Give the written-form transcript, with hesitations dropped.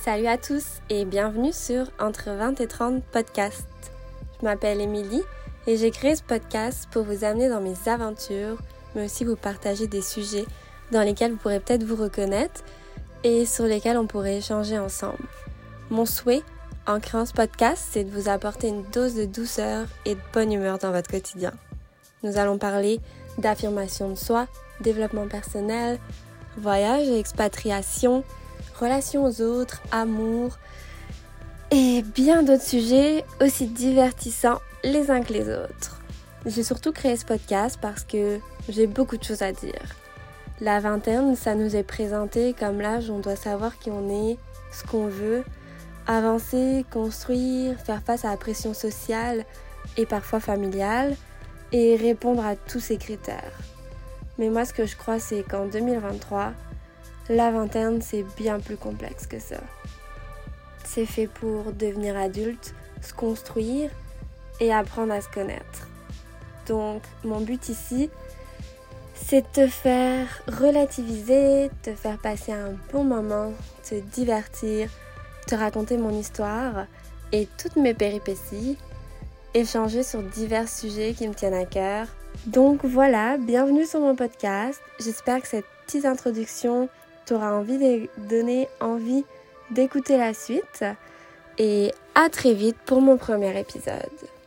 Salut à tous et bienvenue sur Entre 20 et 30 podcast. Je m'appelle Émilie et j'ai créé ce podcast pour vous amener dans mes aventures, mais aussi vous partager des sujets dans lesquels vous pourrez peut-être vous reconnaître et sur lesquels on pourrait échanger ensemble. Mon souhait en créant ce podcast, c'est de vous apporter une dose de douceur et de bonne humeur dans votre quotidien. Nous allons parler d'affirmation de soi, développement personnel, voyage et expatriation, relations aux autres, amour et bien d'autres sujets aussi divertissants les uns que les autres. J'ai surtout créé ce podcast parce que j'ai beaucoup de choses à dire. La vingtaine, ça nous est présenté comme l'âge où on doit savoir qui on est, ce qu'on veut, avancer, construire, faire face à la pression sociale et parfois familiale et répondre à tous ces critères. Mais moi, ce que je crois, c'est qu'en 2023, la vingtaine, c'est bien plus complexe que ça. C'est fait pour devenir adulte, se construire et apprendre à se connaître. Donc, mon but ici, c'est de te faire relativiser, te faire passer un bon moment, te divertir, te raconter mon histoire et toutes mes péripéties, échanger sur divers sujets qui me tiennent à cœur. Donc voilà, bienvenue sur mon podcast. J'espère que cette petite introduction t'aura donné envie d'écouter la suite. Et à très vite pour mon premier épisode.